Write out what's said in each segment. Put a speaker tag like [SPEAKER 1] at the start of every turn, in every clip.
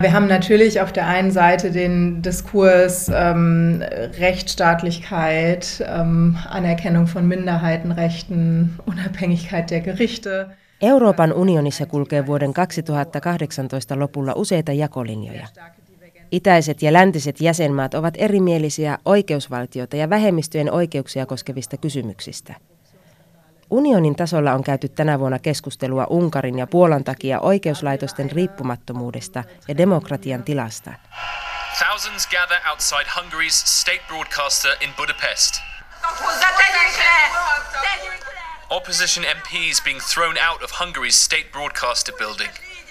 [SPEAKER 1] Wir haben natürlich auf der einen Seite den Diskurs Rechtsstaatlichkeit, Anerkennung von Minderheitenrechten, Unabhängigkeit der Gerichte.
[SPEAKER 2] Euroopan unionissa kulkee vuoden 2018 lopulla useita jakolinjoja. Itäiset ja läntiset jäsenmaat ovat erimielisiä oikeusvaltiota ja vähemmistöjen oikeuksia koskevista kysymyksistä. Unionin tasolla on käyty tänä vuonna keskustelua Unkarin ja Puolan takia oikeuslaitosten riippumattomuudesta ja demokratian tilasta.
[SPEAKER 3] Thousands gather outside Hungary's state broadcaster in Budapest. Opposition MPs being thrown out of Hungary's state broadcaster building.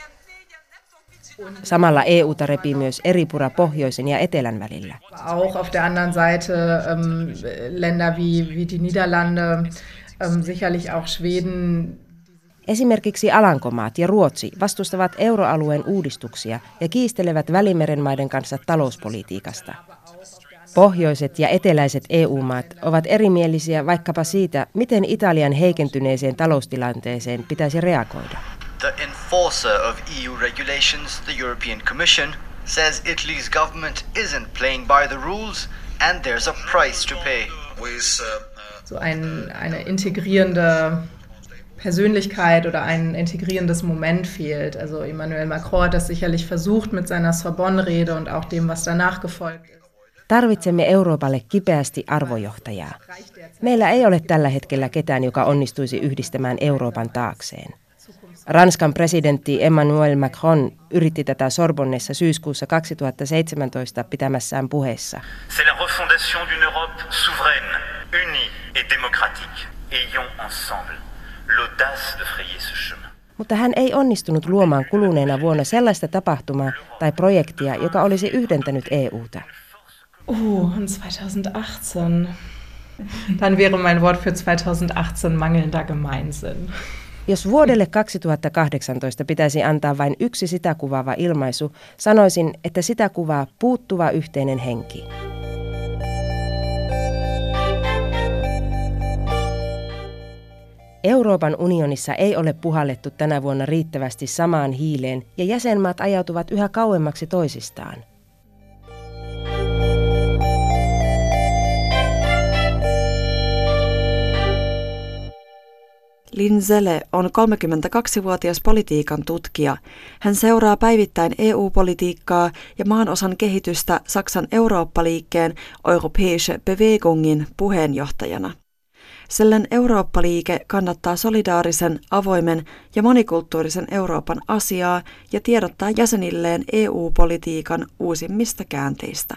[SPEAKER 2] Samalla EUta repii myös eripura pohjoisen ja etelän välillä.
[SPEAKER 1] Auch auf der anderen Seite Länder wie die Niederlande, sicherlich auch Schweden.
[SPEAKER 2] Esimerkiksi Alankomaat ja Ruotsi vastustavat euroalueen uudistuksia ja kiistelevät Välimeren maiden kanssa talouspolitiikasta. Pohjoiset ja eteläiset EU-maat ovat erimielisiä vaikkapa siitä, miten Italian heikentyneeseen taloustilanteeseen pitäisi reagoida.
[SPEAKER 4] The enforcer of EU regulations, the European Commission, says Italy's government isn't playing by the rules and there's a price to pay.
[SPEAKER 1] So eine integrierende Persönlichkeit oder ein integrierendes Moment fehlt. Also Emmanuel Macron hat das sicherlich versucht mit seiner Sorbonne-Rede und auch dem, was danach gefolgt ist.
[SPEAKER 2] Tarvitsemme Euroopalle kipeästi arvojohtajaa. Meillä ei ole tällä hetkellä ketään, joka onnistuisi yhdistämään Euroopan taakseen. Ranskan presidentti Emmanuel Macron yritti tätä Sorbonnessa syyskuussa 2017 pitämässään puheessa.
[SPEAKER 5] C'est la refondation d'une Europe souveraine, unie et démocratique. Ayons ensemble l'audace de frayer ce chemin.
[SPEAKER 2] Mutta hän ei onnistunut luomaan kuluneena vuonna sellaista tapahtumaa tai projektia, joka olisi yhdentänyt EUta.
[SPEAKER 1] Und 2018. Dann wäre mein Wort für 2018 mangelnder Gemeinsinn.
[SPEAKER 2] Jos vuodelle 2018 pitäisi antaa vain yksi sitä kuvaava ilmaisu, sanoisin, että sitä kuvaa puuttuva yhteinen henki. Euroopan unionissa ei ole puhallettu tänä vuonna riittävästi samaan hiileen ja jäsenmaat ajautuvat yhä kauemmaksi toisistaan.
[SPEAKER 6] Lin Zelle on 32-vuotias politiikan tutkija. Hän seuraa päivittäin EU-politiikkaa ja maanosan kehitystä Saksan Eurooppa-liikkeen Europäische Bewegungin puheenjohtajana. Zellen Eurooppa-liike kannattaa solidaarisen, avoimen ja monikulttuurisen Euroopan asiaa ja tiedottaa jäsenilleen EU-politiikan uusimmista käänteistä.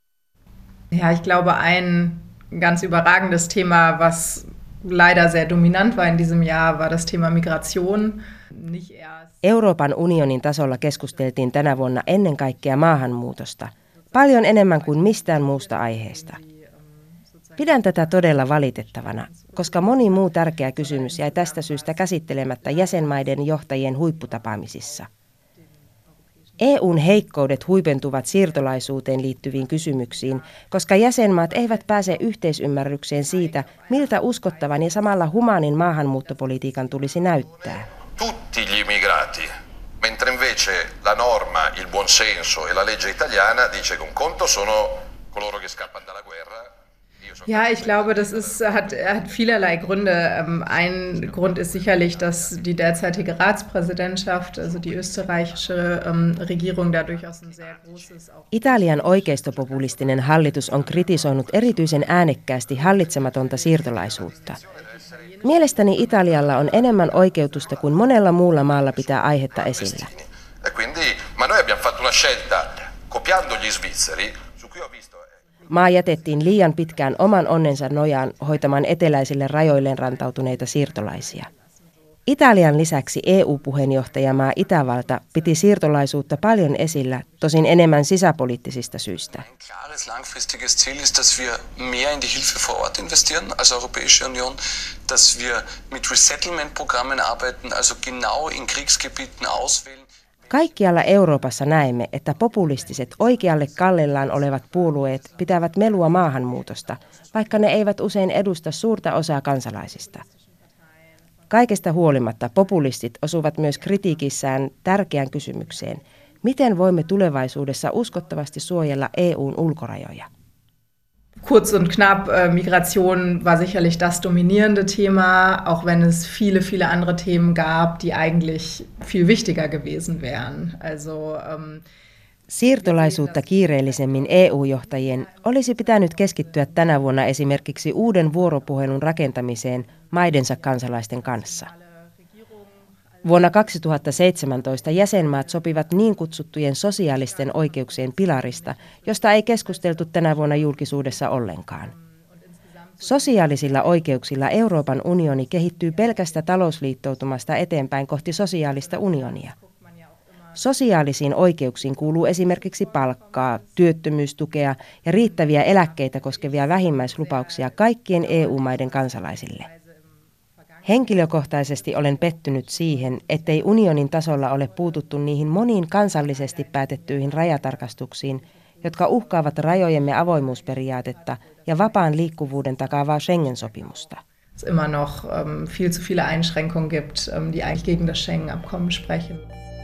[SPEAKER 1] Ja, ich glaube, ein ganz überragendes Thema, was leider sehr dominant war in diesem Jahr, war das Thema Migration.
[SPEAKER 2] Euroopan unionin tasolla keskusteltiin tänä vuonna ennen kaikkea maahanmuutosta, paljon enemmän kuin mistään muusta aiheesta. Pidän tätä todella valitettavana, koska moni muu tärkeä kysymys jäi tästä syystä käsittelemättä jäsenmaiden johtajien huipputapaamisissa. EUn heikkoudet huipentuvat siirtolaisuuteen liittyviin kysymyksiin, koska jäsenmaat eivät pääse yhteisymmärrykseen siitä, miltä uskottavan ja samalla humaanin maahanmuuttopolitiikan tulisi näyttää.
[SPEAKER 7] Tutti gli immigrati, mentre invece la norma, il buon senso e la legge italiana dice che un conto sono coloro che scappano dalla guerra.
[SPEAKER 1] Ja, ich glaube, hat vielerlei Gründe. Ein Grund ist sicherlich, dass die derzeitige Ratspräsidentschaft, also die österreichische Regierung, da durchaus ein sehr großes...
[SPEAKER 2] Italian oikeistopopulistinen hallitus on kritisoinut erityisen äänekkäästi hallitsematonta siirtolaisuutta. Mielestäni Italialla on enemmän oikeutusta kuin monella muulla maalla pitää aihetta esillä.
[SPEAKER 7] Ma noi abbiamo fatto una scelta copiando gli svizzeri.
[SPEAKER 2] Maa jätettiin liian pitkään oman onnensa nojaan hoitamaan eteläisille rajoilleen rantautuneita siirtolaisia. Italian lisäksi EU-puheenjohtajamaa Itävalta piti siirtolaisuutta paljon esillä, tosin enemmän sisäpoliittisista syistä.
[SPEAKER 8] Klares langfristiges Ziel ist, dass wir mehr in die Hilfe vor Ort investieren als Europäische Union, dass wir mit Resettlement-Programmen arbeiten, also genau in Kriegsgebieten auswählen.
[SPEAKER 2] Kaikkialla Euroopassa näemme, että populistiset oikealle kallellaan olevat puolueet pitävät melua maahanmuutosta, vaikka ne eivät usein edusta suurta osaa kansalaisista. Kaikesta huolimatta populistit osuvat myös kritiikissään tärkeään kysymykseen, miten voimme tulevaisuudessa uskottavasti suojella EUn ulkorajoja.
[SPEAKER 1] Kurz und knapp, Migration war sicherlich das dominierende Thema, auch wenn es viele andere Themen gab, die eigentlich viel wichtiger gewesen wären.
[SPEAKER 2] Siirtolaisuutta kiireellisemmin EU-johtajien olisi pitänyt keskittyä tänä vuonna esimerkiksi uuden vuoropuhelun rakentamiseen maidensa kansalaisten kanssa. Vuonna 2017 jäsenmaat sopivat niin kutsuttujen sosiaalisten oikeuksien pilarista, josta ei keskusteltu tänä vuonna julkisuudessa ollenkaan. Sosiaalisilla oikeuksilla Euroopan unioni kehittyy pelkästä talousliittoutumasta eteenpäin kohti sosiaalista unionia. Sosiaalisiin oikeuksiin kuuluu esimerkiksi palkkaa, työttömyystukea ja riittäviä eläkkeitä koskevia vähimmäislupauksia kaikkien EU-maiden kansalaisille. Henkilökohtaisesti olen pettynyt siihen, ettei unionin tasolla ole puututtu niihin moniin kansallisesti päätettyihin rajatarkastuksiin, jotka uhkaavat rajojemme avoimuusperiaatetta ja vapaan liikkuvuuden takaavaa Schengen-sopimusta.
[SPEAKER 1] Es immer noch viel zu viele Einschränkungen gibt, die eigentlich gegen das Schengen-Abkommen sprechen.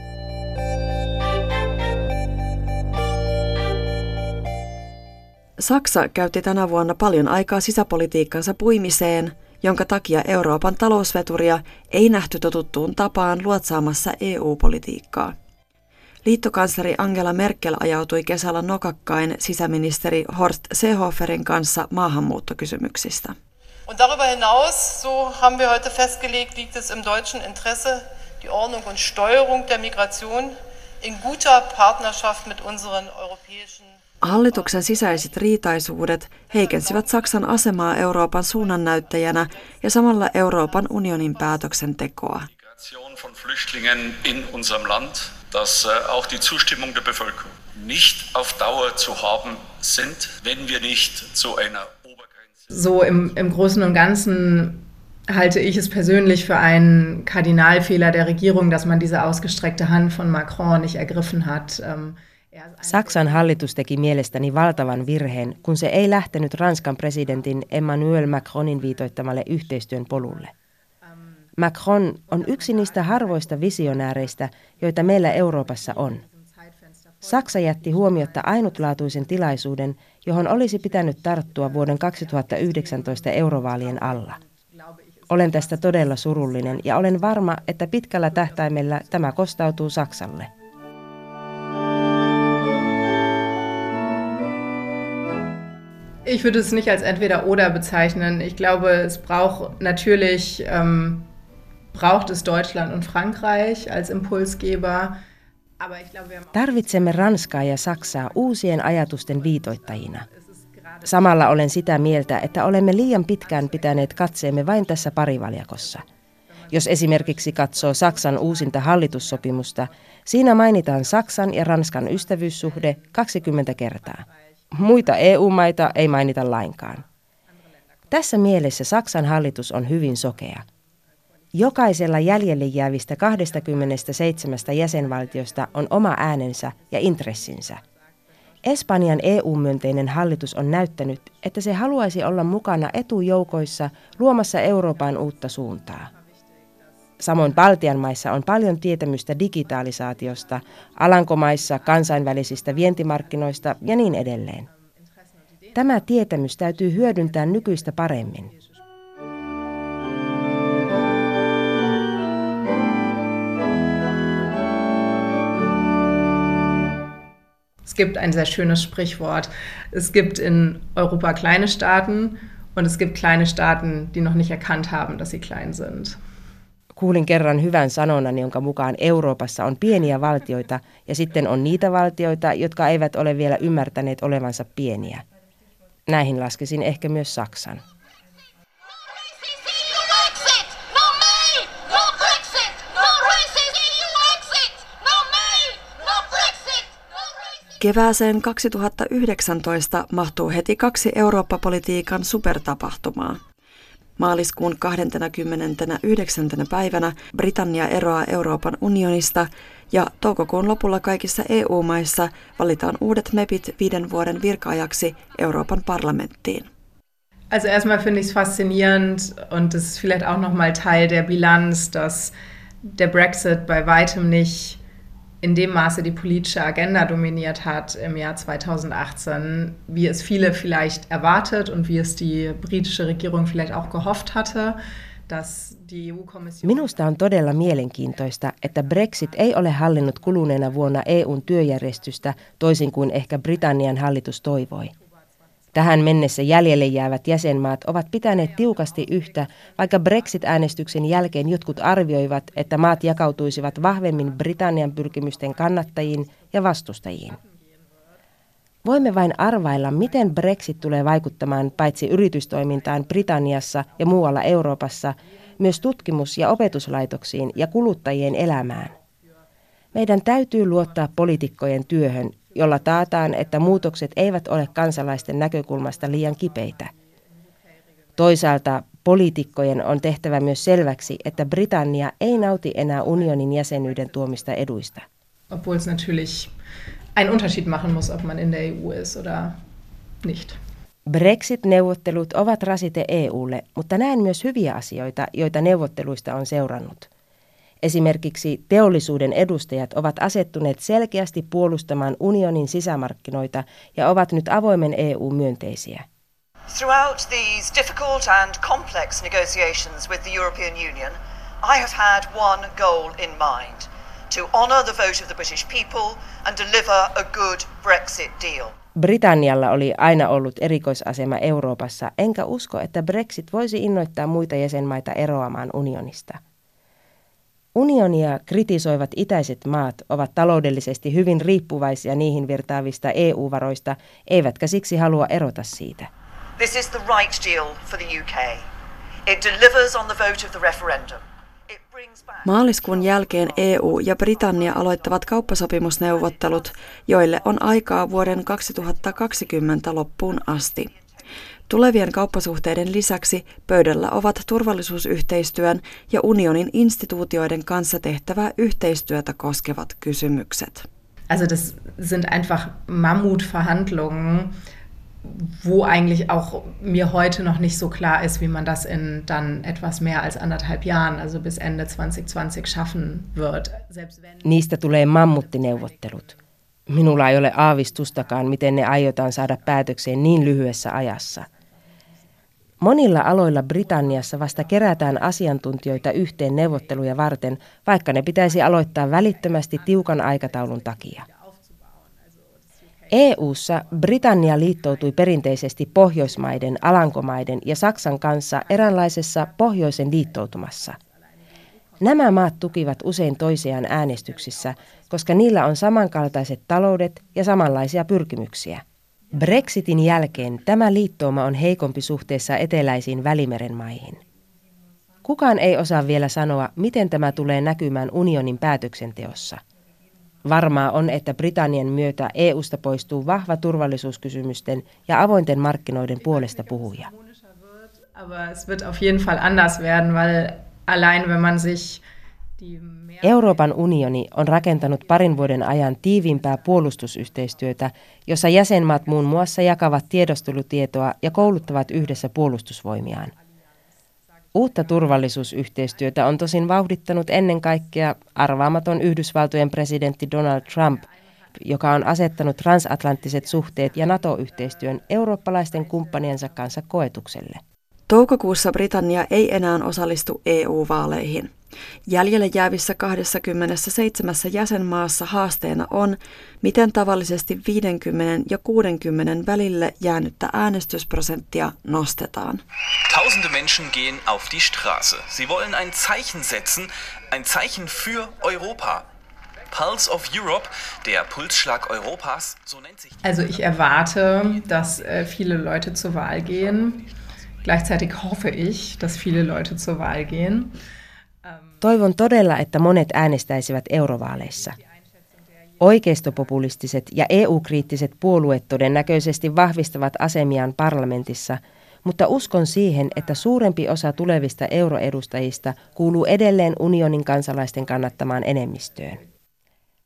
[SPEAKER 6] Saksa käytti tänä vuonna paljon aikaa sisäpolitiikkansa puimiseen, jonka takia Euroopan talousveturia ei nähty totuttuun tapaan luotsaamassa EU-politiikkaa. Liittokansleri Angela Merkel ajautui kesällä nokakkain sisäministeri Horst Seehoferin kanssa maahanmuuttokysymyksistä.
[SPEAKER 9] Und darüber hinaus, so haben wir heute festgelegt, liegt es im deutschen Interesse, die Ordnung und Steuerung der Migration in guter Partnerschaft mit unseren europäischen.
[SPEAKER 6] Hallituksen sisäiset riitaisuudet heikensivät Saksan asemaa Euroopan suunnannäyttäjänä ja samalla Euroopan unionin päätöksentekoa.
[SPEAKER 10] Migration von Flüchtlingen in unserem Land, dass auch die Zustimmung der Bevölkerung nicht auf Dauer zu haben sind, wenn wir nicht zu einer Obergrenze.
[SPEAKER 1] So im Großen und Ganzen halte ich es persönlich für einen Kardinalfehler der Regierung, dass man diese ausgestreckte Hand von Macron nicht ergriffen hat.
[SPEAKER 2] Saksan hallitus teki mielestäni valtavan virheen, kun se ei lähtenyt Ranskan presidentin Emmanuel Macronin viitoittamalle yhteistyön polulle. Macron on yksi niistä harvoista visionääreistä, joita meillä Euroopassa on. Saksa jätti huomiotta ainutlaatuisen tilaisuuden, johon olisi pitänyt tarttua vuoden 2019 eurovaalien alla. Olen tästä todella surullinen ja olen varma, että pitkällä tähtäimellä tämä kostautuu Saksalle.
[SPEAKER 1] Ich würde es nicht als entweder oder bezeichnen. Ich glaube, es braucht es Deutschland und Frankreich als Impulsgeber.
[SPEAKER 2] Tarvitsemme Ranskaa ja Saksaa uusien ajatusten viitoittajina. Samalla olen sitä mieltä, että olemme liian pitkään pitäneet katseemme vain tässä parivaljakossa. Jos esimerkiksi katsoo Saksan uusinta hallitussopimusta, siinä mainitaan Saksan ja Ranskan ystävyyssuhde 20 kertaa. Muita EU-maita ei mainita lainkaan. Tässä mielessä Saksan hallitus on hyvin sokea. Jokaisella jäljelle jäävistä 27 jäsenvaltiosta on oma äänensä ja intressinsä. Espanjan EU-myönteinen hallitus on näyttänyt, että se haluaisi olla mukana etujoukoissa luomassa Euroopan uutta suuntaa. Samoin Baltian maissa on paljon tietämystä digitalisaatiosta, Alankomaissa kansainvälisistä vientimarkkinoista ja niin edelleen. Tämä tietämys täytyy hyödyntää nykyistä paremmin.
[SPEAKER 1] Es gibt ein sehr schönes Sprichwort. Es gibt in Europa kleine Staaten und es gibt kleine Staaten, die noch nicht erkannt haben, dass sie klein sind.
[SPEAKER 2] Kuulin kerran hyvän sanonnan, jonka mukaan Euroopassa on pieniä valtioita ja sitten on niitä valtioita, jotka eivät ole vielä ymmärtäneet olevansa pieniä. Näihin laskisin ehkä myös Saksan.
[SPEAKER 6] Kevääseen 2019 mahtuu heti 2 Eurooppa-politiikan supertapahtumaa. Maaliskuun 29. päivänä Britannia eroaa Euroopan unionista ja toukokuun lopulla kaikissa EU-maissa valitaan uudet MEPit 5 vuoden virka-ajaksi Euroopan parlamenttiin.
[SPEAKER 1] Also erstmal finde ich es faszinierend und es ist vielleicht auch nochmal Teil der Bilanz, dass der Brexit bei weitem nicht in dem Maße die politische Agenda dominiert hat im Jahr 2018, wie es viele vielleicht erwartet und wie es die britische Regierung vielleicht auch gehofft hatte.
[SPEAKER 2] Minusta on todella mielenkiintoista, että Brexit ei ole hallinnut kuluneena vuonna EUn työjärjestystä toisin kuin ehkä Britannian hallitus toivoi. Tähän mennessä jäljelle jäävät jäsenmaat ovat pitäneet tiukasti yhtä, vaikka Brexit-äänestyksen jälkeen jotkut arvioivat, että maat jakautuisivat vahvemmin Britannian pyrkimysten kannattajiin ja vastustajiin. Voimme vain arvailla, miten Brexit tulee vaikuttamaan paitsi yritystoimintaan Britanniassa ja muualla Euroopassa, myös tutkimus- ja opetuslaitoksiin ja kuluttajien elämään. Meidän täytyy luottaa poliitikkojen työhön, jolla taataan, että muutokset eivät ole kansalaisten näkökulmasta liian kipeitä. Toisaalta poliitikkojen on tehtävä myös selväksi, että Britannia ei nauti enää unionin jäsenyyden tuomista eduista.
[SPEAKER 1] Obwohl es natürlich einen Unterschied machen muss, ob man in der EU ist oder nicht.
[SPEAKER 2] Brexit-neuvottelut ovat rasite EUlle, mutta näen myös hyviä asioita, joita neuvotteluista on seurannut. Esimerkiksi teollisuuden edustajat ovat asettuneet selkeästi puolustamaan unionin sisämarkkinoita ja ovat nyt avoimen EU-myönteisiä.
[SPEAKER 11] Throughout these difficult and complex negotiations with the European Union, I have had one goal in mind: to honour the vote of the British people and deliver a good Brexit deal.
[SPEAKER 2] Britannialla oli aina ollut erikoisasema Euroopassa, enkä usko, että Brexit voisi innoittaa muita jäsenmaita eroamaan unionista. Unionia kritisoivat itäiset maat ovat taloudellisesti hyvin riippuvaisia niihin virtaavista EU-varoista, eivätkä siksi halua erota siitä.
[SPEAKER 11] This is the right deal for the UK. It delivers on the vote of the referendum.
[SPEAKER 6] Maaliskuun jälkeen EU ja Britannia aloittavat kauppasopimusneuvottelut, joille on aikaa vuoden 2020 loppuun asti. Tulevien kauppasuhteiden lisäksi pöydällä ovat turvallisuusyhteistyön ja unionin instituutioiden kanssa tehtävää yhteistyötä koskevat kysymykset.
[SPEAKER 1] Also das sind einfach Mammutverhandlungen, wo eigentlich auch mir heute noch nicht so klar ist, wie man das in dann etwas mehr als 1,5 Jahren, also bis Ende 2020 schaffen wird.
[SPEAKER 2] Niistä tulee mammuttineuvottelut. Minulla ei ole aavistustakaan, miten ne aiotaan saada päätökseen niin lyhyessä ajassa. Monilla aloilla Britanniassa vasta kerätään asiantuntijoita yhteen neuvotteluja varten, vaikka ne pitäisi aloittaa välittömästi tiukan aikataulun takia. EU:ssa Britannia liittoutui perinteisesti Pohjoismaiden, Alankomaiden ja Saksan kanssa eräänlaisessa pohjoisen liittoutumassa. Nämä maat tukivat usein toisiaan äänestyksissä, koska niillä on samankaltaiset taloudet ja samanlaisia pyrkimyksiä. Brexitin jälkeen tämä liittouma on heikompi suhteessa eteläisiin Välimeren maihin. Kukaan ei osaa vielä sanoa, miten tämä tulee näkymään unionin päätöksenteossa. Varmaa on, että Britannian myötä EUsta poistuu vahva turvallisuuskysymysten ja avointen markkinoiden puolesta puhuja. Euroopan unioni on rakentanut parin vuoden ajan tiiviimpää puolustusyhteistyötä, jossa jäsenmaat muun muassa jakavat tiedustelutietoa ja kouluttavat yhdessä puolustusvoimiaan. Uutta turvallisuusyhteistyötä on tosin vauhdittanut ennen kaikkea arvaamaton Yhdysvaltojen presidentti Donald Trump, joka on asettanut transatlanttiset suhteet ja NATO-yhteistyön eurooppalaisten kumppaniensa kanssa koetukselle.
[SPEAKER 6] Toukokuussa Britannia ei enää osallistu EU-vaaleihin. Jäljelle jäävissä 27 jäsenmaassa haasteena on, miten tavallisesti 50 ja 60 välille jäänyttä äänestysprosenttia nostetaan.
[SPEAKER 12] Tausende Menschen gehen auf die Straße. Sie wollen ein Zeichen setzen, ein Zeichen für Europa. Pulse of Europe, der Pulsschlag Europas, so nennt sich.
[SPEAKER 1] Also ich erwarte, dass viele Leute zur Wahl gehen. Gleichzeitig hoffe ich, dass viele Leute zur Wahl gehen.
[SPEAKER 2] Toivon todella, että monet äänestäisivät eurovaaleissa. Oikeistopopulistiset ja EU-kriittiset puolueet todennäköisesti vahvistavat asemiaan parlamentissa, mutta uskon siihen, että suurempi osa tulevista euroedustajista kuuluu edelleen unionin kansalaisten kannattamaan enemmistöön.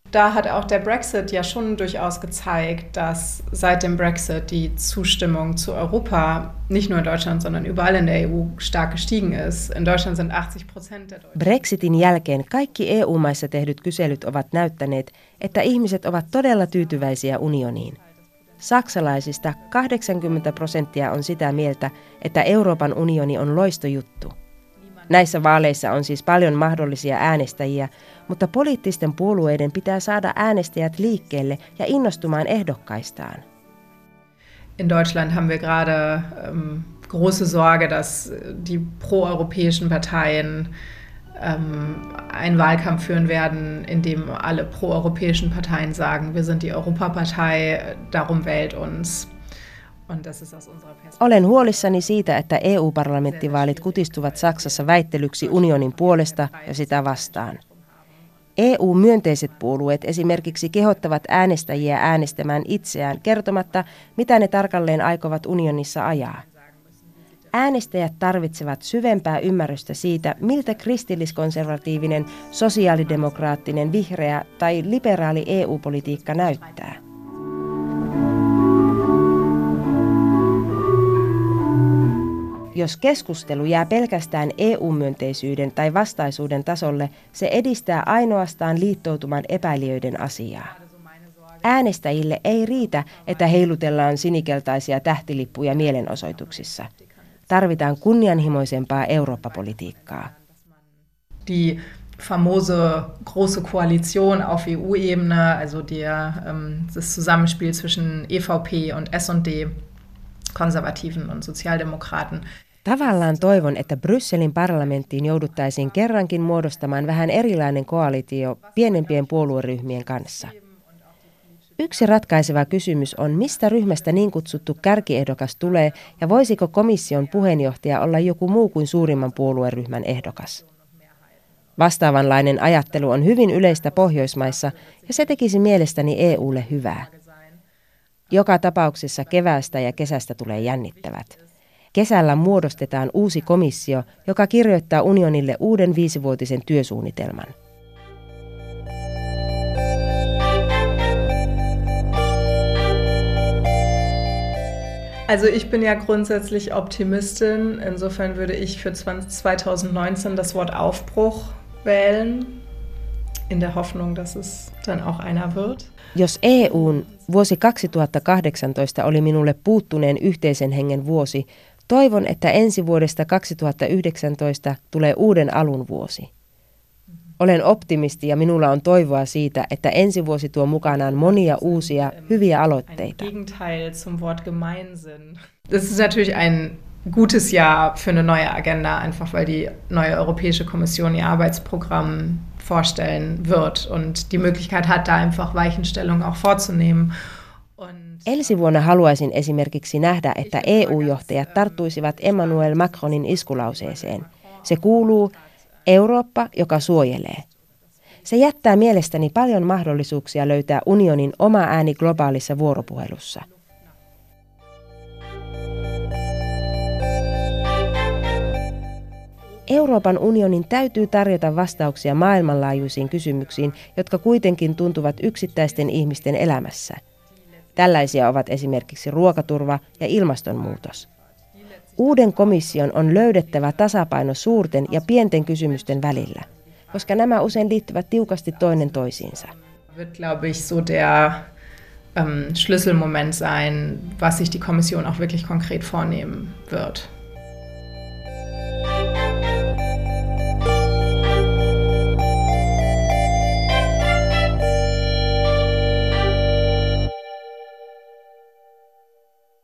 [SPEAKER 1] Da hat auch der Brexit ja schon durchaus gezeigt, dass seit dem Brexit die Zustimmung zu Europa nicht nur in Deutschland, sondern überall in der EU stark gestiegen ist. In Deutschland sind 80% der Deutschen.
[SPEAKER 2] Brexitin jälkeen kaikki EU-maissa tehdyt kyselyt ovat näyttäneet, että ihmiset ovat todella tyytyväisiä unioniin. Saksalaisista 80% on sitä mieltä, että Euroopan unioni on loistojuttu. Näissä vaaleissa on siis paljon mahdollisia äänestäjiä, mutta poliittisten puolueiden pitää saada äänestäjät liikkeelle ja innostumaan ehdokkaistaan.
[SPEAKER 1] In Deutschland haben wir gerade große Sorge, dass die proeuropäischen Parteien einen Wahlkampf führen werden, in dem alle proeuropäischen Parteien sagen, wir sind die Europapartei, darum wählt uns.
[SPEAKER 2] Olen huolissani siitä, että EU-parlamenttivaalit kutistuvat Saksassa väittelyksi unionin puolesta ja sitä vastaan. EU-myönteiset puolueet esimerkiksi kehottavat äänestäjiä äänestämään itseään kertomatta, mitä ne tarkalleen aikovat unionissa ajaa. Äänestäjät tarvitsevat syvempää ymmärrystä siitä, miltä kristilliskonservatiivinen, sosiaalidemokraattinen, vihreä tai liberaali EU-politiikka näyttää. Jos keskustelu jää pelkästään EU-myönteisyyden tai vastaisuuden tasolle, se edistää ainoastaan liittoutuman epäilijöiden asiaa. Äänestäjille ei riitä, että heilutellaan sinikeltaisia tähtilippuja mielenosoituksissa. Tarvitaan kunnianhimoisempaa Eurooppa-politiikkaa.
[SPEAKER 1] Die famose große Koalition auf EU-Ebene, also das Zusammenspiel zwischen EVP und S&D, Konservativen und Sozialdemokraten.
[SPEAKER 2] Tavallaan toivon, että Brysselin parlamenttiin jouduttaisiin kerrankin muodostamaan vähän erilainen koalitio pienempien puolueryhmien kanssa. Yksi ratkaiseva kysymys on, mistä ryhmästä niin kutsuttu kärkiehdokas tulee ja voisiko komission puheenjohtaja olla joku muu kuin suurimman puolueryhmän ehdokas. Vastaavanlainen ajattelu on hyvin yleistä Pohjoismaissa ja se tekisi mielestäni EUlle hyvää. Joka tapauksessa keväästä ja kesästä tulee jännittävät. Kesällä muodostetaan uusi komissio, joka kirjoittaa unionille uuden 5-vuotisen työsuunnitelman.
[SPEAKER 1] Also ich bin ja grundsätzlich Optimistin. Insofern würde ich für 2019 das Wort Aufbruch wählen, in der Hoffnung, dass es dann auch einer wird.
[SPEAKER 2] Jos EUn vuosi 2018 oli minulle puuttuneen yhteisen hengen vuosi, toivon, että ensi vuodesta 2019 tulee uuden alun vuosi. Olen optimisti ja minulla on toivoa siitä, että ensi vuosi tuo mukanaan monia uusia, hyviä aloitteita.
[SPEAKER 1] Das ist natürlich ein gutes Jahr für eine neue Agenda, einfach weil die neue Europäische Kommission ihr Arbeitsprogramm vorstellen wird und die Möglichkeit hat, da einfach Weichenstellungen auch vorzunehmen.
[SPEAKER 2] Ensi vuonna haluaisin esimerkiksi nähdä, että EU-johtajat tarttuisivat Emmanuel Macronin iskulauseeseen. Se kuuluu Eurooppa, joka suojelee. Se jättää mielestäni paljon mahdollisuuksia löytää unionin oma ääni globaalissa vuoropuhelussa. Euroopan unionin täytyy tarjota vastauksia maailmanlaajuisiin kysymyksiin, jotka kuitenkin tuntuvat yksittäisten ihmisten elämässä. Tällaisia ovat esimerkiksi ruokaturva ja ilmastonmuutos. Uuden komission on löydettävä tasapaino suurten ja pienten kysymysten välillä, koska nämä usein liittyvät tiukasti toinen toisiinsa.
[SPEAKER 1] Wird, glaube ich, so der Schlüsselmoment sein, was sich die Kommission auch wirklich konkret vornehmen wird.